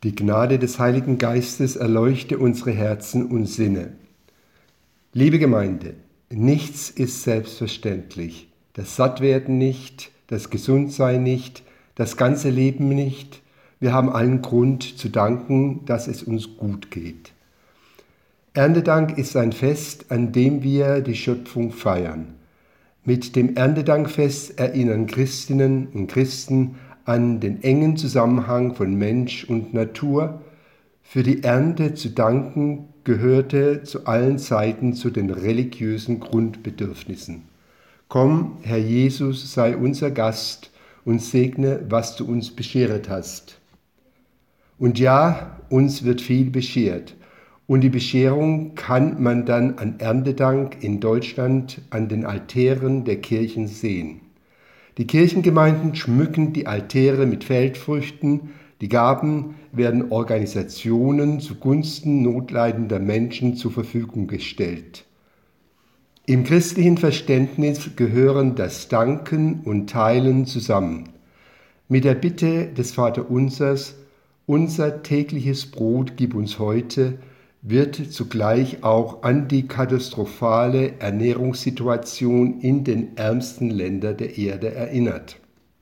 Die Gnade des Heiligen Geistes erleuchte unsere Herzen und Sinne. Liebe Gemeinde, nichts ist selbstverständlich. Das Sattwerden nicht, das Gesundsein nicht, das ganze Leben nicht. Wir haben allen Grund zu danken, dass es uns gut geht. Erntedank ist ein Fest, an dem wir die Schöpfung feiern. Mit dem Erntedankfest erinnern Christinnen und Christen an den engen Zusammenhang von Mensch und Natur. Für die Ernte zu danken gehörte zu allen Zeiten zu den religiösen Grundbedürfnissen. Komm, Herr Jesus, sei unser Gast und segne, was du uns bescheret hast. Und ja, uns wird viel beschert. Und die Bescherung kann man dann an Erntedank in Deutschland an den Altären der Kirchen sehen. Die Kirchengemeinden schmücken die Altäre mit Feldfrüchten, die Gaben werden Organisationen zugunsten notleidender Menschen zur Verfügung gestellt. Im christlichen Verständnis gehören das Danken und Teilen zusammen. Mit der Bitte des Vaterunsers, unser tägliches Brot gib uns heute, wird zugleich auch an die katastrophale Ernährungssituation in den ärmsten Ländern der Erde erinnert.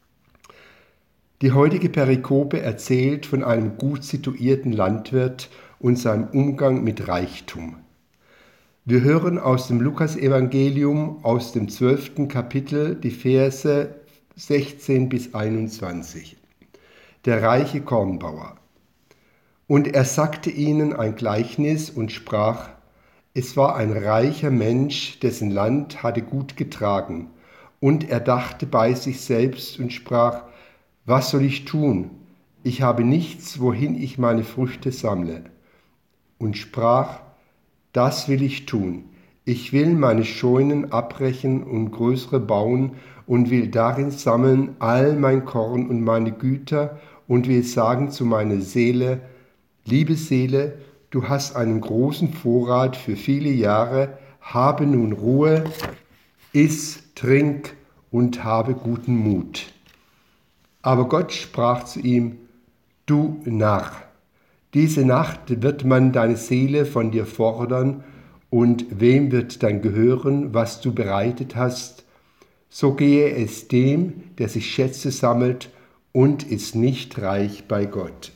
Die heutige Perikope erzählt von einem gut situierten Landwirt und seinem Umgang mit Reichtum. Wir hören aus dem Lukasevangelium aus dem 12. Kapitel die Verse 16 bis 21. Der reiche Kornbauer. Und er sagte ihnen ein Gleichnis und sprach: Es war ein reicher Mensch, dessen Land hatte gut getragen. Und er dachte bei sich selbst und sprach: Was soll ich tun? Ich habe nichts, wohin ich meine Früchte sammle. Und sprach: Das will ich tun. Ich will meine Scheunen abbrechen und größere bauen und will darin sammeln all mein Korn und meine Güter und will sagen zu meiner Seele: Liebe Seele, du hast einen großen Vorrat für viele Jahre, habe nun Ruhe, iss, trink und habe guten Mut. Aber Gott sprach zu ihm: Du Narr, diese Nacht wird man deine Seele von dir fordern, und wem wird dann gehören, was du bereitet hast? So gehe es dem, der sich Schätze sammelt und ist nicht reich bei Gott.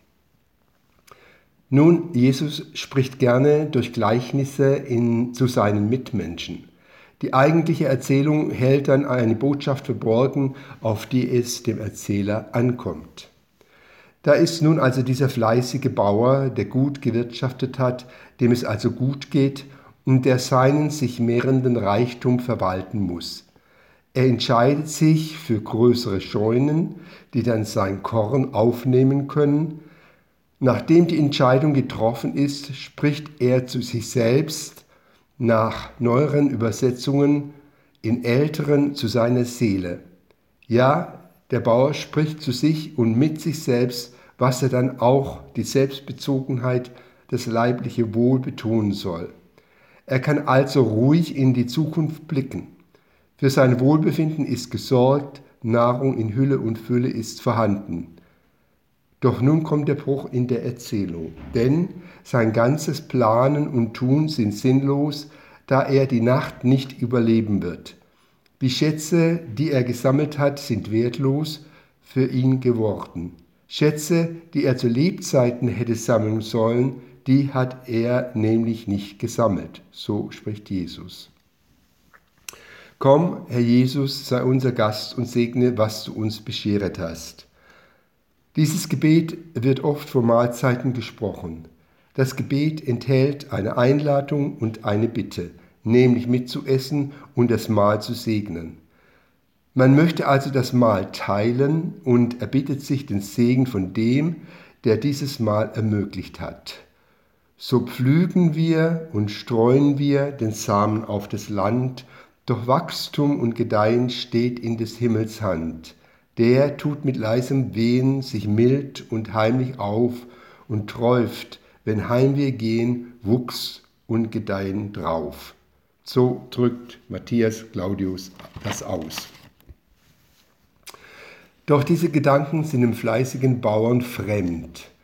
Nun, Jesus spricht gerne durch Gleichnisse zu seinen Mitmenschen. Die eigentliche Erzählung hält dann eine Botschaft verborgen, auf die es dem Erzähler ankommt. Da ist nun also dieser fleißige Bauer, der gut gewirtschaftet hat, dem es also gut geht und der seinen sich mehrenden Reichtum verwalten muss. Er entscheidet sich für größere Scheunen, die dann sein Korn aufnehmen können. Nachdem die Entscheidung getroffen ist, spricht er zu sich selbst, nach neueren Übersetzungen, in älteren zu seiner Seele. Ja, der Bauer spricht zu sich und mit sich selbst, was er dann auch die Selbstbezogenheit, das leibliche Wohl betonen soll. Er kann also ruhig in die Zukunft blicken. Für sein Wohlbefinden ist gesorgt, Nahrung in Hülle und Fülle ist vorhanden. Doch nun kommt der Bruch in der Erzählung, denn sein ganzes Planen und Tun sind sinnlos, da er die Nacht nicht überleben wird. Die Schätze, die er gesammelt hat, sind wertlos für ihn geworden. Schätze, die er zu Lebzeiten hätte sammeln sollen, die hat er nämlich nicht gesammelt. So spricht Jesus. Komm, Herr Jesus, sei unser Gast und segne, was du uns bescheret hast. Dieses Gebet wird oft vor Mahlzeiten gesprochen. Das Gebet enthält eine Einladung und eine Bitte, nämlich mitzuessen und das Mahl zu segnen. Man möchte also das Mahl teilen und erbittet sich den Segen von dem, der dieses Mahl ermöglicht hat. So pflügen wir und streuen wir den Samen auf das Land, doch Wachstum und Gedeihen steht in des Himmels Hand. Der tut mit leisem Wehen sich mild und heimlich auf und träuft, wenn heim wir gehen, Wuchs und Gedeihen drauf. So drückt Matthias Claudius das aus. Doch diese Gedanken sind dem fleißigen Bauern fremd.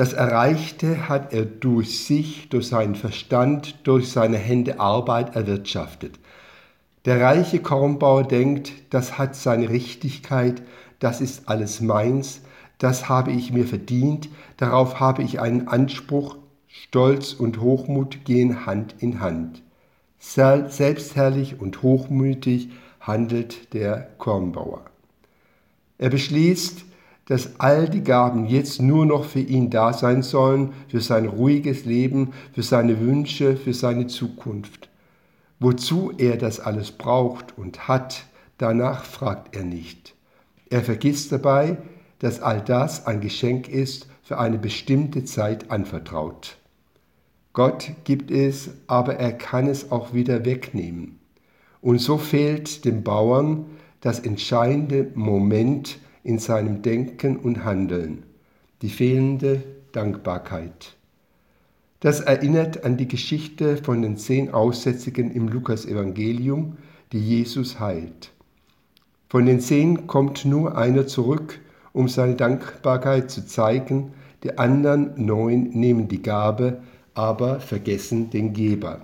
Das Erreichte hat er durch sich, durch seinen Verstand, durch seine Hände Arbeit erwirtschaftet. Der reiche Kornbauer denkt, das hat seine Richtigkeit, das ist alles meins, das habe ich mir verdient, darauf habe ich einen Anspruch, Stolz und Hochmut gehen Hand in Hand. Selbstherrlich und hochmütig handelt der Kornbauer. Er beschließt, dass all die Gaben jetzt nur noch für ihn da sein sollen, für sein ruhiges Leben, für seine Wünsche, für seine Zukunft. Wozu er das alles braucht und hat, danach fragt er nicht. Er vergisst dabei, dass all das ein Geschenk ist, für eine bestimmte Zeit anvertraut. Gott gibt es, aber er kann es auch wieder wegnehmen. Und so fehlt dem Bauern das entscheidende Moment in seinem Denken und Handeln, die fehlende Dankbarkeit. Das erinnert an die Geschichte von den 10 Aussätzigen im Lukas-Evangelium, die Jesus heilt. Von den 10 kommt nur einer zurück, um seine Dankbarkeit zu zeigen, die anderen 9 nehmen die Gabe, aber vergessen den Geber.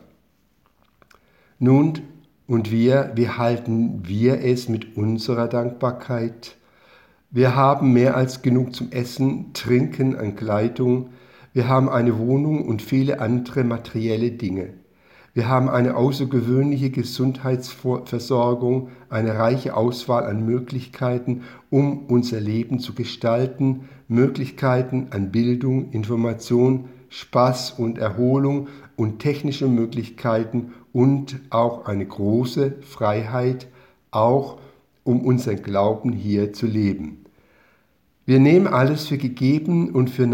Nun, und wie halten wir es mit unserer Dankbarkeit? Wir haben mehr als genug zum Essen, Trinken, an Kleidung. Wir haben eine Wohnung und viele andere materielle Dinge. Wir haben eine außergewöhnliche Gesundheitsversorgung, eine reiche Auswahl an Möglichkeiten, um unser Leben zu gestalten, Möglichkeiten an Bildung, Information, Spaß und Erholung und technische Möglichkeiten und auch eine große Freiheit, auch um unseren Glauben hier zu leben. Wir nehmen alles für gegeben und für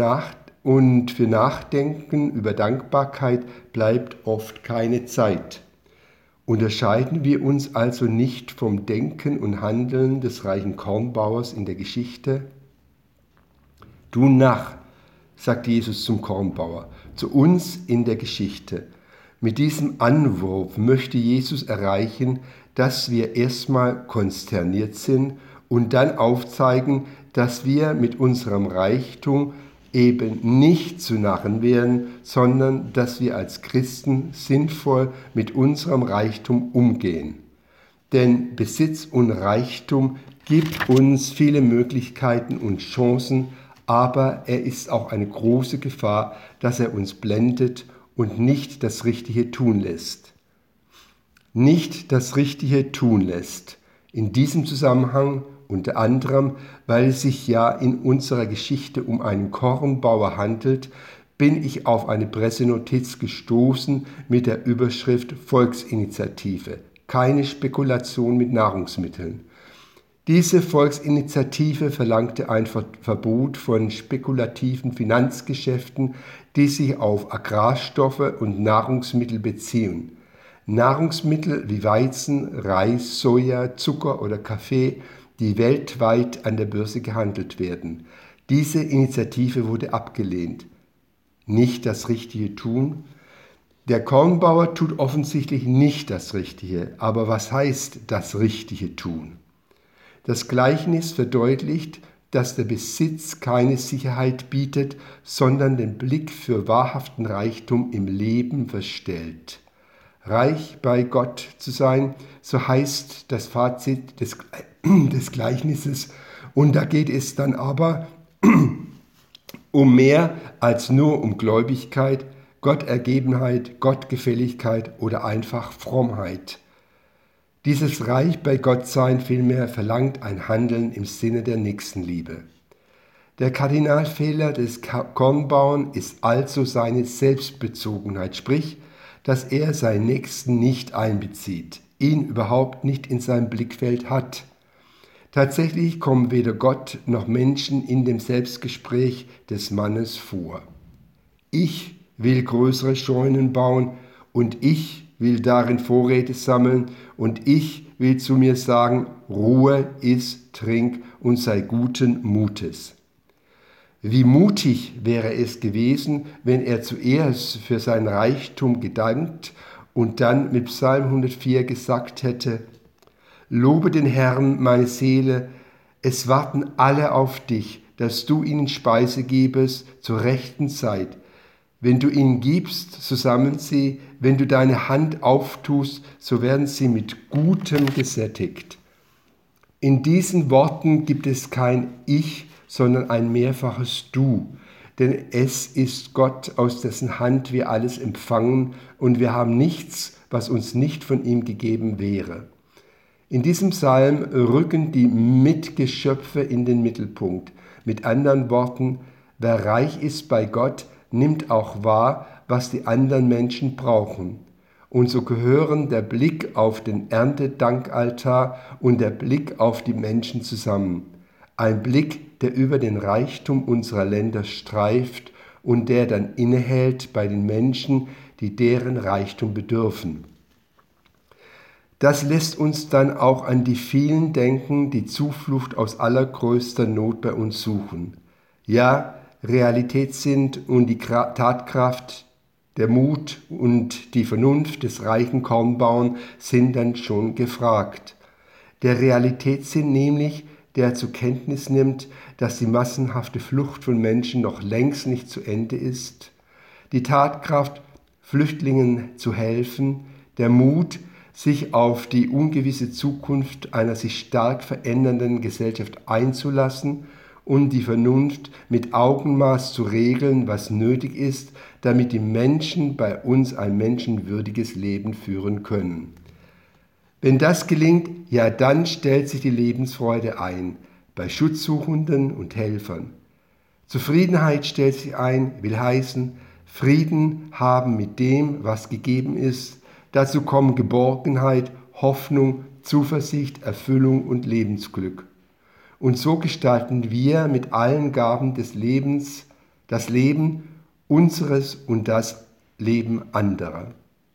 Nachdenken über Dankbarkeit bleibt oft keine Zeit. Unterscheiden wir uns also nicht vom Denken und Handeln des reichen Kornbauers in der Geschichte? Du Narr, sagt Jesus zum Kornbauer, zu uns in der Geschichte. Mit diesem Anwurf möchte Jesus erreichen, dass wir erstmal konsterniert sind und dann aufzeigen, dass wir mit unserem Reichtum eben nicht zu Narren werden, sondern dass wir als Christen sinnvoll mit unserem Reichtum umgehen. Denn Besitz und Reichtum gibt uns viele Möglichkeiten und Chancen, aber er ist auch eine große Gefahr, dass er uns blendet und nicht das Richtige tun lässt. Nicht das Richtige tun lässt. In diesem Zusammenhang unter anderem, weil es sich ja in unserer Geschichte um einen Kornbauer handelt, bin ich auf eine Pressenotiz gestoßen mit der Überschrift Volksinitiative. Keine Spekulation mit Nahrungsmitteln. Diese Volksinitiative verlangte ein Verbot von spekulativen Finanzgeschäften, die sich auf Agrarstoffe und Nahrungsmittel beziehen. Nahrungsmittel wie Weizen, Reis, Soja, Zucker oder Kaffee, die weltweit an der Börse gehandelt werden. Diese Initiative wurde abgelehnt. Nicht das Richtige tun? Der Kornbauer tut offensichtlich nicht das Richtige, aber was heißt das Richtige tun? Das Gleichnis verdeutlicht, dass der Besitz keine Sicherheit bietet, sondern den Blick für wahrhaften Reichtum im Leben verstellt. Reich bei Gott zu sein, so heißt das Fazit des Gleichnisses. Und da geht es dann aber um mehr als nur um Gläubigkeit, Gottergebenheit, Gottgefälligkeit oder einfach Frommheit. Dieses Reich bei Gott sein vielmehr verlangt ein Handeln im Sinne der Nächstenliebe. Der Kardinalfehler des Kornbauern ist also seine Selbstbezogenheit, sprich, dass er seinen Nächsten nicht einbezieht, ihn überhaupt nicht in seinem Blickfeld hat. Tatsächlich kommen weder Gott noch Menschen in dem Selbstgespräch des Mannes vor. Ich will größere Scheunen bauen und ich will darin Vorräte sammeln und ich will zu mir sagen, Ruhe, iss, trink und sei guten Mutes. Wie mutig wäre es gewesen, wenn er zuerst für sein Reichtum gedankt und dann mit Psalm 104 gesagt hätte, Lobe den Herrn, meine Seele, es warten alle auf dich, dass du ihnen Speise gibest zur rechten Zeit. Wenn du ihnen gibst, so sammeln sie, wenn du deine Hand auftust, so werden sie mit Gutem gesättigt. In diesen Worten gibt es kein Ich, sondern ein mehrfaches Du. Denn es ist Gott, aus dessen Hand wir alles empfangen, und wir haben nichts, was uns nicht von ihm gegeben wäre. In diesem Psalm rücken die Mitgeschöpfe in den Mittelpunkt. Mit anderen Worten, wer reich ist bei Gott, nimmt auch wahr, was die anderen Menschen brauchen. Und so gehören der Blick auf den Erntedankaltar und der Blick auf die Menschen zusammen. Ein Blick, der über den Reichtum unserer Länder streift und der dann innehält bei den Menschen, die deren Reichtum bedürfen. Das lässt uns dann auch an die vielen denken, die Zuflucht aus allergrößter Not bei uns suchen. Ja, Realität sind und die Tatkraft, der Mut und die Vernunft des reichen Kornbauern sind dann schon gefragt. Der Realitätssinn nämlich, der zur Kenntnis nimmt, dass die massenhafte Flucht von Menschen noch längst nicht zu Ende ist. Die Tatkraft, Flüchtlingen zu helfen. Der Mut, sich auf die ungewisse Zukunft einer sich stark verändernden Gesellschaft einzulassen und die Vernunft mit Augenmaß zu regeln, was nötig ist, damit die Menschen bei uns ein menschenwürdiges Leben führen können. Wenn das gelingt, ja, dann stellt sich die Lebensfreude ein, bei Schutzsuchenden und Helfern. Zufriedenheit stellt sich ein, will heißen, Frieden haben mit dem, was gegeben ist. Dazu kommen Geborgenheit, Hoffnung, Zuversicht, Erfüllung und Lebensglück. Und so gestalten wir mit allen Gaben des Lebens das Leben unseres und das Leben anderer.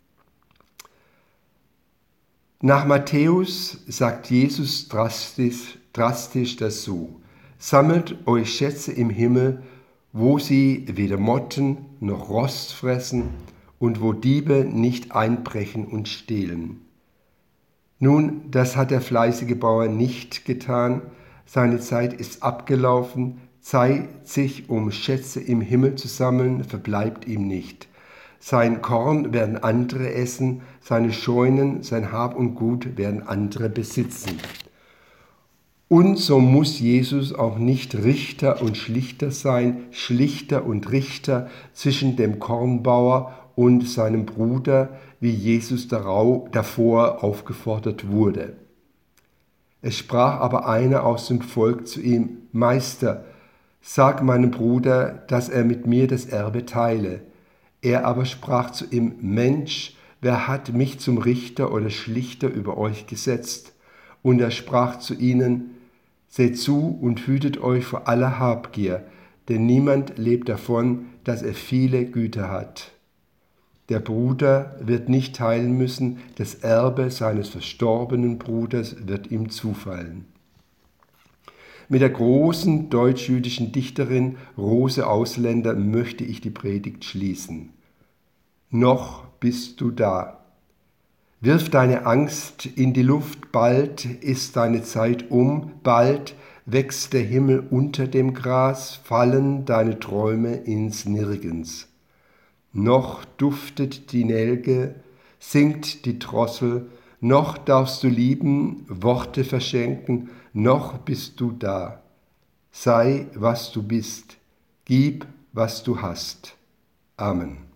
Nach Matthäus sagt Jesus drastisch das so: Sammelt euch Schätze im Himmel, wo sie weder Motten noch Rost fressen und wo Diebe nicht einbrechen und stehlen. Nun, das hat der fleißige Bauer nicht getan. Seine Zeit ist abgelaufen. Zeit, sich um Schätze im Himmel zu sammeln, verbleibt ihm nicht. Sein Korn werden andere essen, seine Scheunen, sein Hab und Gut werden andere besitzen. Und so muss Jesus auch nicht Richter und Schlichter sein, Schlichter und Richter zwischen dem Kornbauer und seinem Bruder, wie Jesus davor aufgefordert wurde. Es sprach aber einer aus dem Volk zu ihm: Meister, sag meinem Bruder, dass er mit mir das Erbe teile. Er aber sprach zu ihm: Mensch, wer hat mich zum Richter oder Schlichter über euch gesetzt? Und er sprach zu ihnen: Seht zu und hütet euch vor aller Habgier, denn niemand lebt davon, dass er viele Güter hat. Der Bruder wird nicht teilen müssen, das Erbe seines verstorbenen Bruders wird ihm zufallen. Mit der großen deutsch-jüdischen Dichterin Rose Ausländer möchte ich die Predigt schließen. Noch bist du da. Wirf deine Angst in die Luft, bald ist deine Zeit um, bald wächst der Himmel unter dem Gras, fallen deine Träume ins Nirgends. Noch duftet die Nelke, singt die Drossel, noch darfst du lieben, Worte verschenken, noch bist du da. Sei, was du bist, gib, was du hast. Amen.